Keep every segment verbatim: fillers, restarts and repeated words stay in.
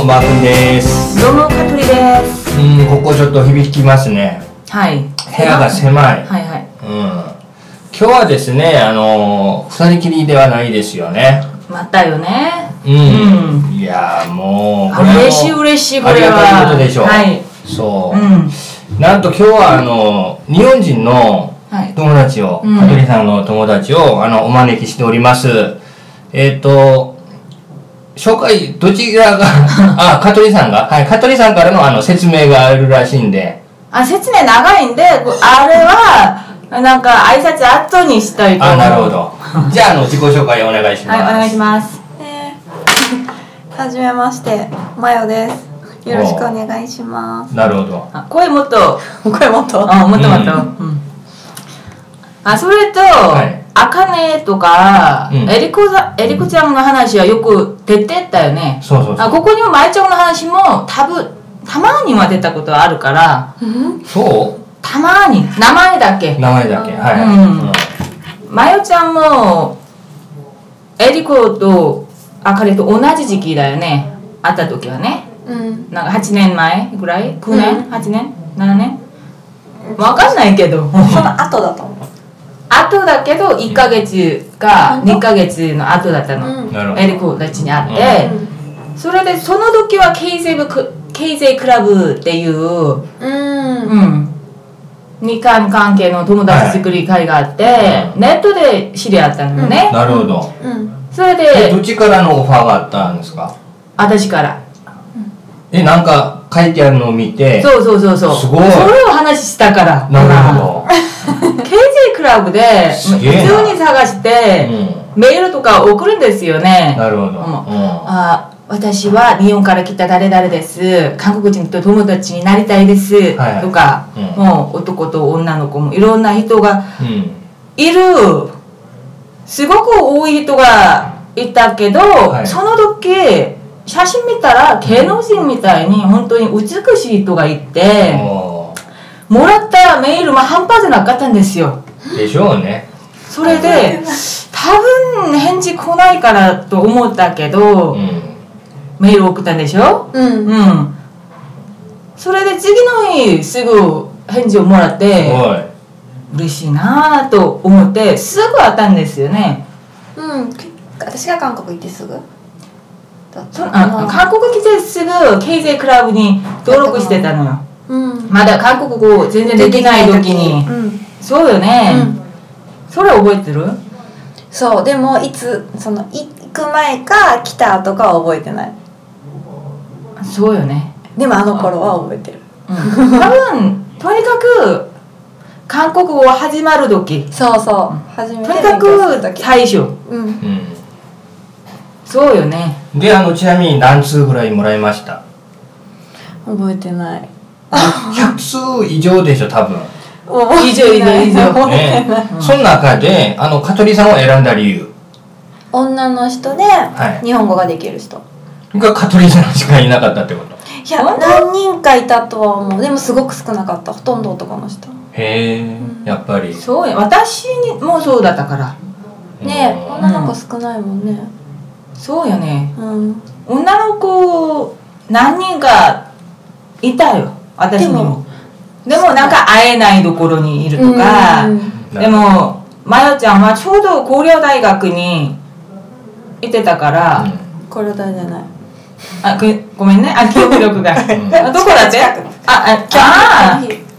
もマー君です。 どうも香取です。 うん、ここちょっと響きますね。 はい。 部屋が狭い。 はいはい。 うん。今日はですね、あの二人きりではないですよね。 またよね。 うん。うん、いやもうこれは嬉しい嬉しいこれは。 ありがたいことでしょう。 はい。 そう。うん、なんと今日はあの日本人の友達を、はい、香取さんの友達をあのお招きしております。えっ、ー、と。紹介どちらがあ香取さんがはい香取さんからのあの説明があるらしいんで、 あ説明長いんであれはなんか挨拶後にしたいと思う。 あなるほどじゃああの自己紹介お願いします。 はいお願いします。 えー、はじめましてまよです。よろしくお願いします。 なるほど。 あ声もっと声もっとあもっともっと、うんうん、あそれと、はいあかねとか、うん、えりこざえりこちゃんの話はよく出てたよね。 そうそうそう。 あここにもまいちゃんの話も多分たまには出たことあるから。 うん、そう。 たまに名前だけ。 名前だけはい。 うん。まよちゃんもえりことあかねと同じ時期だよね。会った時はね。うん。なんかはちねんまえぐらい？きゅうねん？はちねん？ななねん？わかんないけど。 その後だと思う。 後だけどいっかげつかにかげつの後だったの、うん、エリコたちに会って、うん、それでその時は経済部経済クラブっていう、うんうん、日韓関係の友達作り会があって、はい、ネットで知り合ったのね、 うん、なるほど、うん、 それでどっちからのオファーがあったんですか？ 私から、 うん、えなんか書いてあるのを見てそうそうそうそうすごいそれを話したからなるほど経済クラブで普通に探して、うん、メールとか送るんですよね。 なるほど、うん、 あ私は日本から来た誰々です韓国人と友達になりたいです、はいはい、とか、うん、もう男と女の子もいろんな人がいる、うん、すごく多い人がいたけど、はい、その時写真見たら芸能人みたいに本当に美しい人がいて、うん、もらったメールも半端じゃなかったんですよ。 でしょうね。 それで多分返事来ないからと思ったけど、うん、メール送ったんでしょ、うんうん、それで次の日すぐ返事をもらって嬉しいなと思ってすぐ会ったんですよね。 うん私が韓国行ってすぐそあ韓国来てすぐ経済クラブに登録してたのよ、うん、まだ韓国語全然できない時に、うん、そうよね、うん、それ覚えてる？ そうでもいつその行く前か来た後かは覚えてない。 そうよね。 でもあの頃は覚えてる、 うん、多分とにかく韓国語が始まる時そうそう、うん、初めてとにかく最初、うん、うん、そうよね。 であのちなみに何通ぐらいもらいました？ 覚えてない。 ひゃくつう以上でしょ多分。 以上以上以上、 ね、その中であの香取さんを選んだ理由、 女の人で日本語ができる人、はい、が香取さんしかいなかったってこと？ いや何人かいたとは思う。でもすごく少なかった。ほとんど男の人。 へえ、うん、やっぱりそうや私にもそうだったからねえ女の子少ないもんね、 うん、そうよね、うん、女の子何人かいたよ私にも。でもなんか会えないところにいるとか、うん、でもまよちゃんはちょうど高陵大学にいてたから、うん、 高陵大じゃないあごめんねあ記憶力が、うん、どこだってああ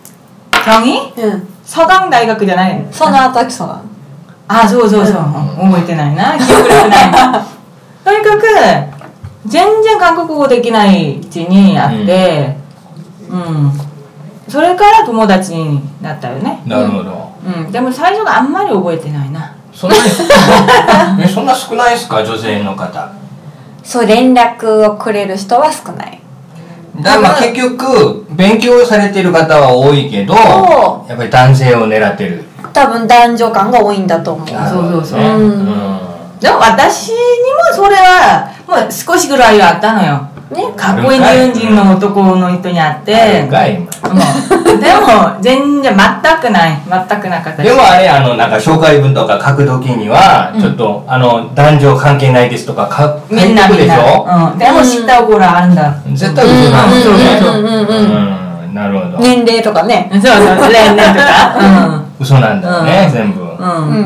경희うん서강大学じゃないその後서강 あそうそうそう、うん、覚えてないな記憶力ないとにかく全然韓国語できないうちに会って、うん、うんそれから友達になったよね。 なるほど、 うん、でも最初があんまり覚えてないな。 そんなえそんな少ないですか女性の方？ そう連絡をくれる人は少ない。 だまあ結局勉強されてる方は多いけどやっぱり男性を狙ってる。 多分男女間が多いんだと思う。 そうそうそう、うんうん、でも私にもそれはもう少しぐらいはあったのよ。 ね、かっこいい日本人の男の人に会って、 かい、 でも全然全くない全くなかったでもあれあのなんか紹介文とか書くときにはちょっと、うん、あの男女関係ないですとか書くでしょ。 みんなみんな、うん、でも知った頃あるんだ。 絶対嘘なんですよね。なるほど。 年齢とかね。 そうそう年齢とか、 うん、嘘なんだよね、うん、全部、うん、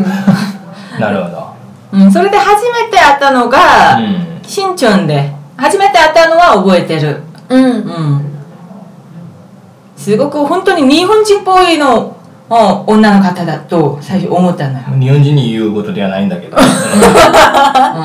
なるほど、 うん、それで初めて会ったのが、うん、新春で初めて会ったのは覚えてる。うん、うん、すごく本当に日本人っぽいの女の方だと最初思ったのよ。 日本人に言うことではないんだけど、うん、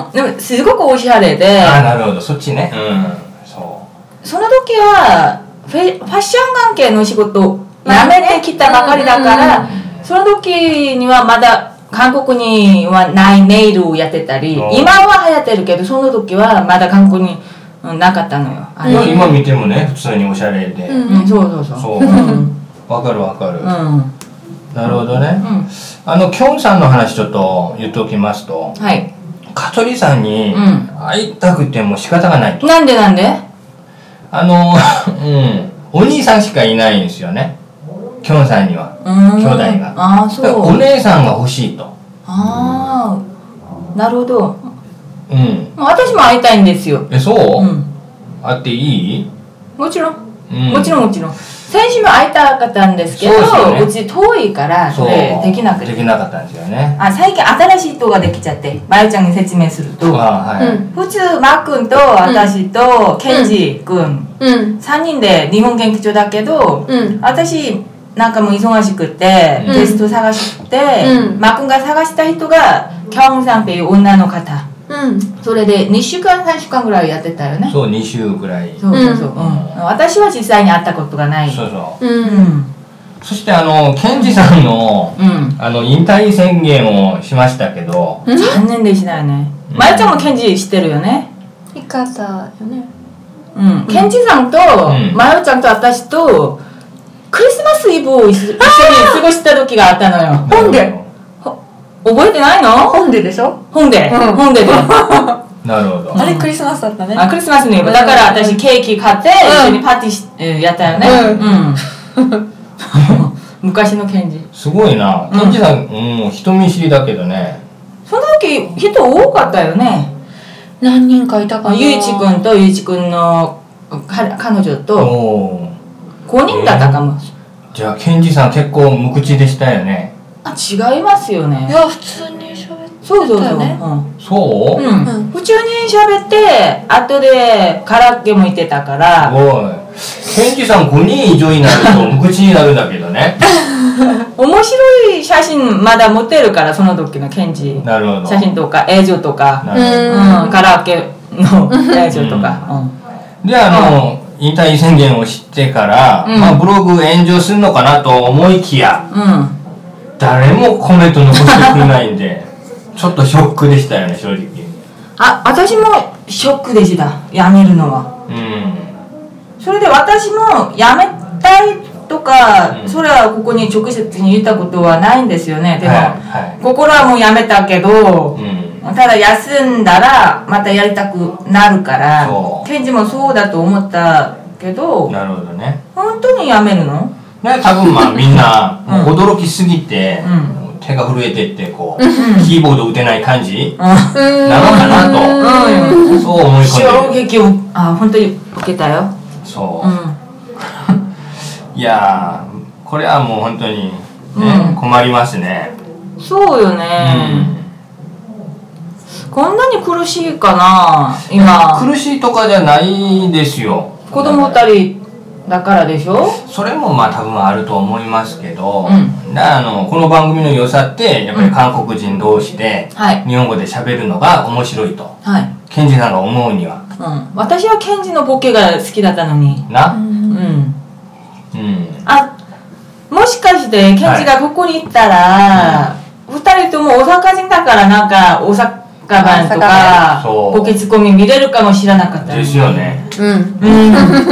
でもすごくおしゃれで。 ああなるほど、そっちね、うん、 そうその時はフェ、ファッション関係の仕事を辞めてきたばかりだから、うんうん、その時にはまだ韓国にはないネイルをやってたり、今は流行ってるけどその時はまだ韓国になかったのよ。 あの今見てもね普通におしゃれで、 うんうん、そうそうそうそう、うん、 わかるわかる、うん、なるほどね、うん、あのキョンさんの話ちょっと言っておきますと、はい、香取さんに会いたくても仕方がないと、 うん、なんでなんであの、うん、お兄さんしかいないんですよね、キョンさんには、兄弟が。 あ、そう。 お姉さんが欲しいと。 ああ、なるほど。 うん。 私も会いたいんですよ。 え、そう？うん、会っていい？ もちろん。うん、もちろんもちろん。先週も会いたかったんですけど、う、ね、うち遠いからそれできなくて。 できなかったんですよね。 あ、最近新しい人ができちゃって、まゆちゃんに説明すると、あ、はい、うん、普通マックンと私とケンジ君、うん、さんにんで日本元気町だけど、うん、私なんかもう忙しくて、うん、テスト探して、うん、マックンが探した人がキョンさんっていう女の方。うん、それでにしゅうかんさんしゅうかんぐらいやってたよね。 そう、に週ぐらい。 そうそうそう、うん、私は実際に会ったことがない。 そうそう、うん、そしてあのケンジさんの、うん、あの引退宣言をしましたけど、 うん、残念でしたよね。まゆちゃんもケンジ知ってるよね。 いかったよね。 うん、ケンジさんと、まゆちゃんと私とクリスマスイブを一緒に過ごした時があったのよ。 本で覚えてないの？ 本ででしょ？ 本で、うん、本ででなるほど。 あれクリスマスだったね。 あ、クリスマスのイブだから私ケーキ買って一緒にパーティーし、うん、やったよね。うん、うん、昔のケンジすごいな。ケンジさん、うん、人見知りだけどね。 その時人多かったよね。 何人かいたかな。 ゆいちくんとゆいちくんの彼女とごにんだったかも、えー、 じゃあケンジさん結構無口でしたよね。 あ、違いますよね。 いや、普通に喋ってたよね。そうそうそう、うん、 そう、 うん、うん、普通に喋って後でカラオケも行ってたから。 すごい。ケンジさんごにん以上になると無口になるんだけどね。 面白い写真まだ持ってるから、その時のケンジ写真とか映像とか、うん、カラオケの映像とか、 うん、で、あの、うん、引退宣言を知ってから、うん、まあ、ブログ炎上するのかなと思いきや、うん、誰もコメント残してくれないんでちょっとショックでしたよね、正直。 あ、私もショックでした、辞めるのは。うん、それで私も辞めたいとか、うん、それはここに直接に言ったことはないんですよね。でも、はいはい、心はもう辞めたけど、うん、ただ休んだらまたやりたくなるから、ケンジもそうだと思ったけど。 なるほどね。 本当に辞めるの？ ね、多分まあみんなもう驚きすぎて、うん、手が震えてってこう、うん、キーボード打てない感じ、うん、なのかなと、うん、そう思い込んでる。 衝撃をあ本当に受けたよ。 そう、うん、いやーこれはもう本当に、ね、うん、困りますね。 そうよね、うん、こんなに苦しいかな今。 苦しいとかじゃないですよ。 子供二人だからでしょ。 それもまあ多分あると思いますけど、うん、だあのこの番組の良さってやっぱり韓国人同士で日本語で喋るのが面白いと、はい、ケンジさんが思うには、 うん、私はケンジのボケが好きだったのにな。うん、うん、あ、もしかしてケンジがここに行ったら、はい、ふたりとも大阪人だからなんか大阪版とかボケツッコミ見れるかもしれなかったですよね。うん、うん、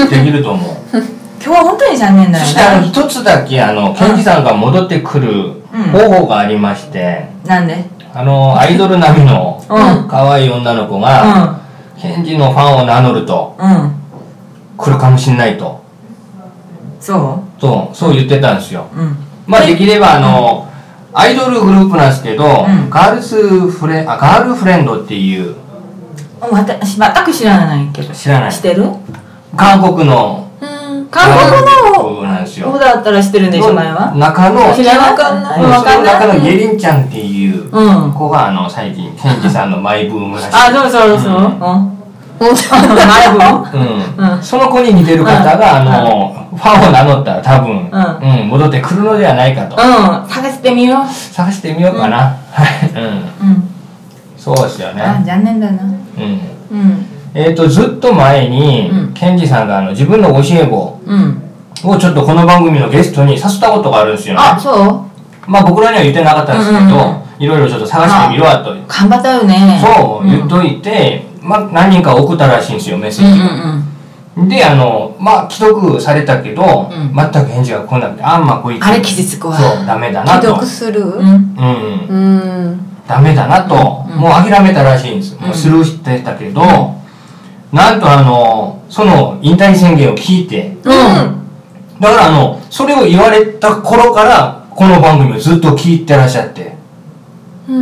できると思う。 今日は本当に残念だよね。 そしてあの一つだけあのケンジさんが戻ってくる方法がありまして、 うん、なんで？ あのアイドル並みの可愛い女の子がケンジのファンを名乗ると、うん、来るかもしれないと。 そうそうそう言ってたんですよ、うん、まあできればあの、うん、アイドルグループなんですけど、うん、ガールズフレあガールフレンドっていう、 私全く知らないけど。 知らない。 知ってる？ 韓国の、 うん、韓国のなんですよ。そうだったら知ってるんでしょ前は。 中の知らなかんない。その中のイェリンちゃんっていう子があの最近ケンジさんのマイブームらしい。 あ、そうそうそう。うん。マイブーム？ その子に似てる方があのファンを名乗ったら多分うん戻ってくるのではないかと。 うん。探してみよう。 探してみようかな。はい。うん。そうですよね。 あ、残念だな。うん。 うん。えっとずっと前にケンジさんがあの自分の教え子をちょっとこの番組のゲストに誘ったことがあるんですよね。 あ、そう？ まあ僕らには言ってなかったんですけど、いろいろちょっと探してみろと。 頑張ったよね。 そう言っといて。まあ、何人か送ったらしいんですよメッセージを、うんうんうん、であのまあ既読されたけど、うん、全く返事が来なくてあんまこいつあれ傷つくわそうダメだなと既読するうん、 うんうん、ダメだなと、うん、もう諦めたらしいんです、うん、もうスルーしてたけど、うん、なんとあのその引退宣言を聞いて、うん、だからあのそれを言われた頃からこの番組をずっと聞いてらっしゃって、うん、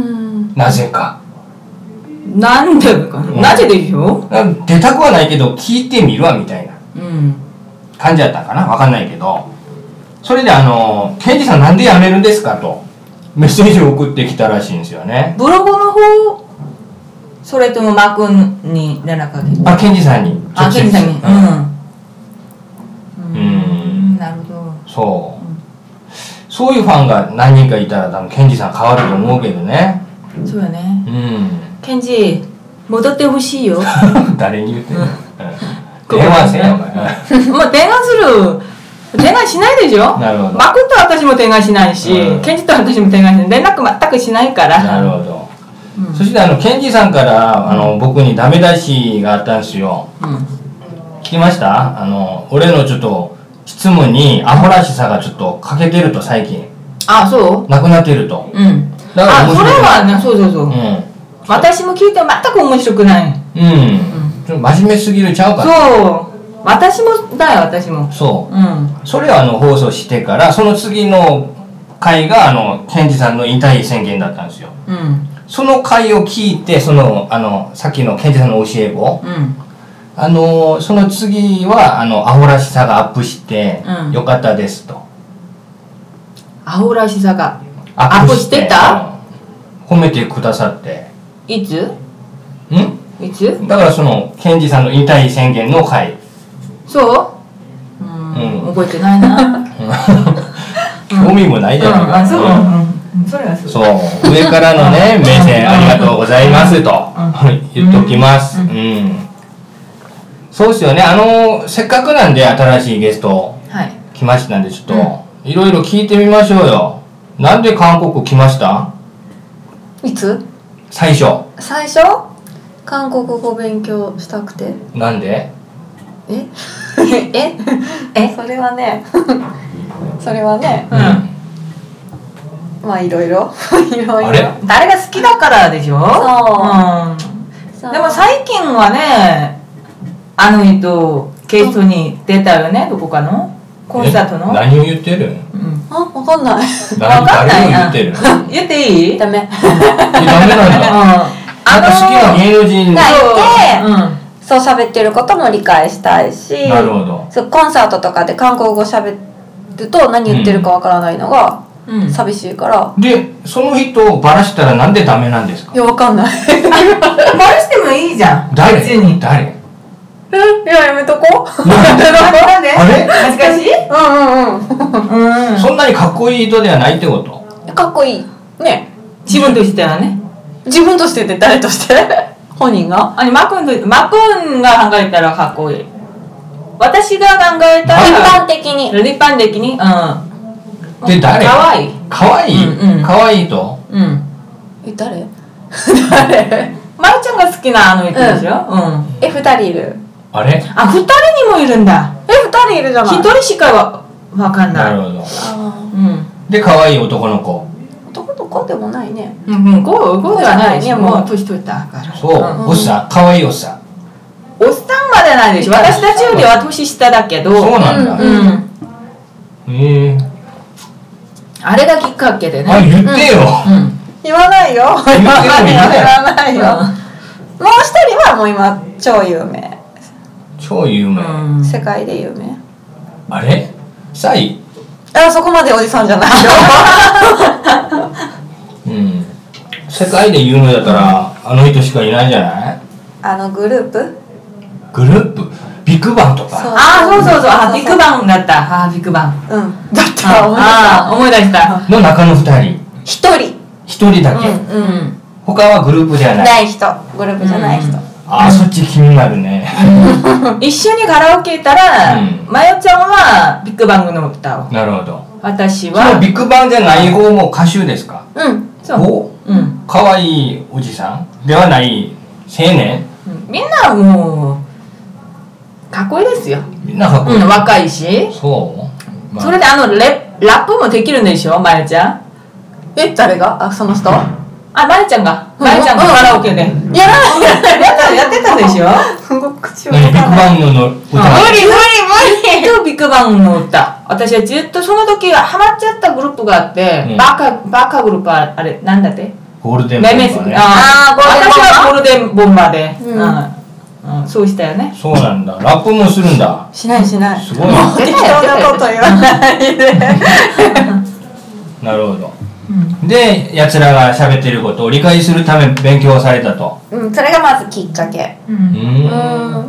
なぜかなんでか、うん、なぜでしょ？ 出たくはないけど聞いてみるわみたいな感じだったかな、分かんないけど、それであのケンジさんなんで辞めるんですかとメッセージを送ってきたらしいんですよね。 ブログの方それともマー君に連絡かけて？ あ、ケンジさんにあ、ケンジさんにうんうん、うんなるほど。 そう、うん、そういうファンが何人かいたら多分ケンジさん変わると思うけどね。 そうよね。 うんケンジ戻ってほしいよ。 誰に言ってんの？電話せんよお前。 もう電話する。電話しないでしょ。 なるほど。 マクと私も電話しないし、うん、ケンジと私も電話しない。連絡全くしないから。 なるほど。うん、そしてあのケンジさんからあの僕にダメ出しがあったんですよ。うん、聞きました？あの俺のちょっと質問にアホらしさがちょっと欠けてると最近。 あ、そう？ なくなってると。 うん。だからあ、それはね、そうそうそう。うん。私も聞いて全く面白くない。 うん。うん、ちょっと真面目すぎるちゃうか。 そう。私もだよ、私も。 そう。うん。それはあの放送してから、その次の回があのケンジさんの引退宣言だったんですよ。うん。その回を聞いて、そのあのさっきのケンジさんの教え子。うん。あのその次はあのアホらしさがアップして、うん、よかったですと。 アホらしさがアップしてた？ 褒めてくださって。 いつ？ ん？ いつ？ だからそのケンジさんの引退宣言の回。 そう？うん、うん、覚えてないな。 興味もないじゃないか。 うん、そう。うん、それはそう。 そう、上からのね目線ありがとうございますと言っときます。うん。うん、そうですよね。あのせっかくなんで新しいゲスト来ましたんでちょっと、うん、いろいろ聞いてみましょうよ。なんで韓国来ました？ いつ？ 最初。 最初？韓国語勉強したくて。 なんで？ え？え？え？それはね、それはね、うん、まあいろいろいろいろ。 誰が好きだからでしょ？そう。うん、でも最近はね、あの人ゲストに出たよね、どこかのコンサートの。 何を言ってる？ うん、あ、わかんない。 わかんない。言ってる。 言っていい？ ダメ。 ダメなんだ。なんか好きな芸能人がいて、そう喋ってることも理解したいし、 なるほど。 そうコンサートとかで韓国語喋ると何言ってるかわからないのが寂しいから。 で、その人をバラしたらなんでダメなんですか？ いやわかんない。 バラしてもいいじゃん。 誰？誰？ え、いややめとこう。 なんで？ あれ？ 恥ずかしい？ うんうんうん。 そんなにかっこいい人ではないってこと？ かっこいい。ね。 自分としてはね。 自分としてって誰として？本人が？ あ、マクンとマクンが考えたらかっこいい。私が考えたら一般的に。 一般的に。うん。で誰？ 可愛い。 可愛い。うん。可愛いと。 うん。 え、誰？ 誰？まゆちゃんが好きなあの人でしょ？うん。 え、二人いる。 あれ？ あ、二人にもいるんだ。 え、二人いるじゃない。 一人しかわわかんない。 なるほど。 あ、うん。 で可愛い男の子。 男の子でもないね。 うんうん、子子ではないね。もう年取ったから。 そう、おっさん、可愛いおっさん。 おっさんまでないでしょ。私たちよりは年下だけど。 そうなんだ。うん。へえ。 あれがきっかけでね。 あ、言ってよ。 言わないよ。 言わないよ。もう一人はもう今超有名。 超有名。 世界で有名。 あれ？サイ？ あ、そこまでおじさんじゃないよ。 うん。世界で有名だったらあの人しかいないんじゃない？ あのグループ？ グループ？ビッグバンとか。 ああ、そうそうそう。あ、ビッグバンだった。あ、ビッグバン。 うん。だった。 ああ、思い出した。 の中の二人。 一人。 一人だけ。うん。他はグループじゃない。 ない人。グループじゃない人。 ああ、そっち気になるね。 一緒にカラオケ行ったら、まよちゃんはビッグバンの歌を。 なるほど。 私は。 そのビッグバンじゃない方も歌手ですか？ うん。 そう。うん。 可愛いおじさんではない青年？ みんなもうかっこいいですよ。 みんなかっこいい。 若いし。 そう。 それであのレラップもできるんでしょ、まよちゃん。 え、誰が？あ、その人？ あ、まゆちゃんが、まゆちゃんがカラオケで。やらない、やってたでしょ。 口をビッグバンの歌。 無理無理無理。とビッグバンの歌。私はずっとその時ハマっちゃったグループがあって、バカバカグループあれなんだって？ ゴールデンボンバーね。 ああ、私はゴールデンボンバーで。うん、そうしたよね。 そうなんだ。ラップもするんだ。 しないしない。 すごい。 適当なこと言わないで。 なるほど。で、やつらが喋ってることを理解するため勉強されたと。 うん、それがまずきっかけ。 うん。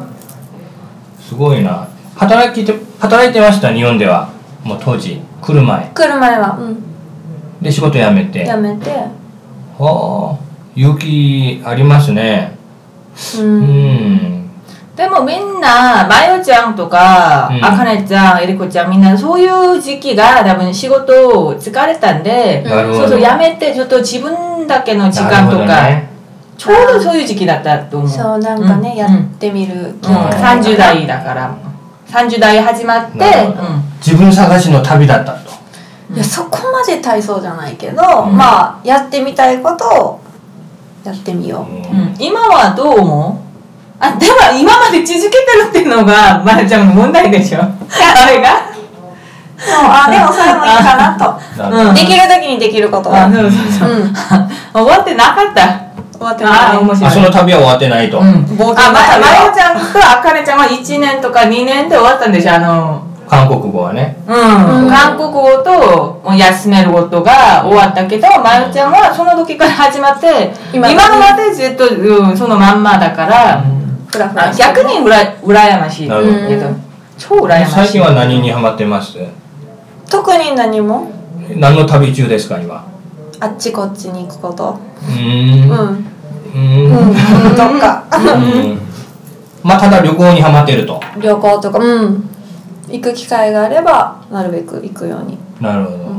すごいな。働きて働いてました日本では。もう当時来る前。 来る前は。うん。 で仕事辞めて。 辞めて。 はあ、勇気ありますね。うん。うんでもみんな、まよちゃんとか、あかねちゃん、えりこちゃん、みんなそういう時期が多分仕事を疲れたんで、そうそう、やめて、ちょっと自分だけの時間とか、ね、ちょうどそういう時期だったと思う。 そう、なんかね、うん、やってみる、うん、 さんじゅう代だから、さんじゅう代始まって、うん、 自分探しの旅だったと。 いや、そこまで大層じゃないけど、うん、まあ、やってみたいことをやってみよう。 うん、今はどう思う？あ、でも今まで続けてるっていうのがまるちゃんの問題でしょ。あれが。 そう、あ、でもそれもいいかなと。うん、できる時にできることは。そうそうそう。うん、 終わってなかった。 終わってない。 あ、面白い。その旅は終わってないと。うん、 冒険の旅は。あ、まよちゃんとあかねちゃんはいちねんとかにねんで終わったんでしょ、あの。 韓国語はね。 うん。うん、韓国語と休めることが終わったけど、まよちゃんはその時から始まって、今までずっと、うん、そのまんまだから。うんふらふら逆にうら羨ましいけど、超羨ましい。 最近は何にハマってます？ 特に何も。 何の旅中ですか今？ あっちこっちに行くこと。 うん。うん。うん。 どっか。 まあただ旅行にハマってると。 旅行とか、うん。行く機会があればなるべく行くように。 なるほど。うん。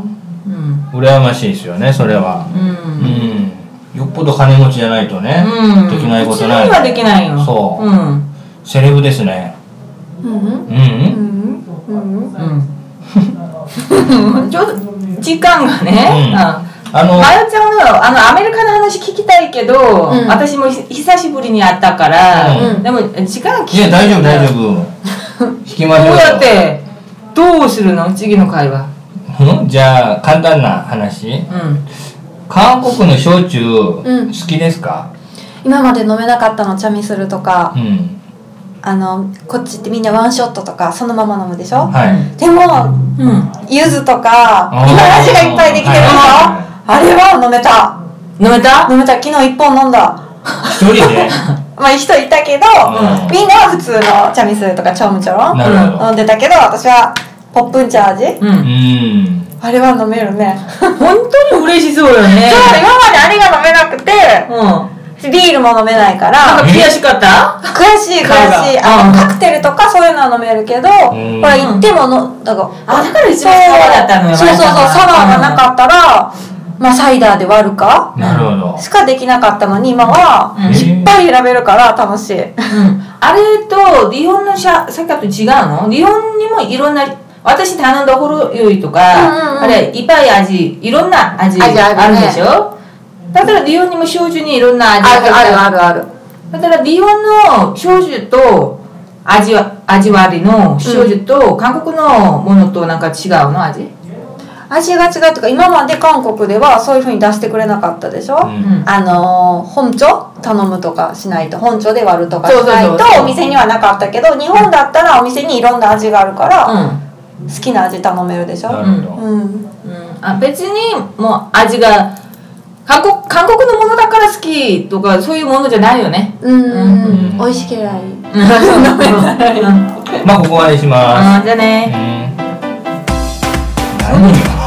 羨ましいですよねそれは。うん。うんよっぽど金持ちじゃないとね、うん、できないことない。 普通にはできないよ。 そう。うん、セレブですね。うんうん。うんうんうん。ちょっと時間がね。うん、あのまよちゃんのあのアメリカの話聞きたいけど、うん、私も久しぶりに会ったから、うん、でも時間聞きたい。 いや大丈夫大丈夫。引きましょう。 どうやってどうするの次の会話。 うん、じゃあ簡単な話。うん。韓国の焼酎好きですか？ うん、今まで飲めなかったのチャミスルとか、うん、あのこっちってみんなワンショットとかそのまま飲むでしょ、はい、でも、うん、柚子とか今味がいっぱいできてるでしょ、はい、あれは飲めた飲めた飲めた昨日いっぽん飲んだ一人でまあ人いたけど、うん、みんなは普通のチャミスルとかチョムチョロ飲んでたけど私はポップンチャージ、うんうんあれは飲めるね。 本当に嬉しそうよね。 そう、今まであれが飲めなくて、うん、ビールも飲めないから。 なんか悔しかった？ 悔しい悔しい。あの、カクテルとかそういうのは飲めるけど、ほら行ってもの、だから、 あ、だから一番サワーだったのよ。 そうそうそう、サワーがなかったら、まあサイダーで割るかなるほどしかできなかったのに、今はいっぱい選べるから楽しい。うん、 あれと、日本のシャ酒と違うの？日本にもいろんな、私頼んだほろ酔いとか、うんうんうん、あれいっぱい味いろんな味あるでしょ、だから日本にも焼酎にいろんな味があるあるあるあるだから日本の焼酎と味わ味わりの焼酎と韓国のものとなんか違うの味？ 味が違うというか、今まで韓国ではそういうふうに出してくれなかったでしょ、うん、あの本茶頼むとかしないと、本茶で割るとかしないとお店にはなかったけど、日本だったらお店にいろんな味があるから、うん、好きな味頼めるでしょ。うんうん、 あ、別にもう味が韓国、韓国のものだから好きとかそういうものじゃないよね。 うん、うん、美味しけりゃいい。 まあここまでします。 あ、じゃあね。 何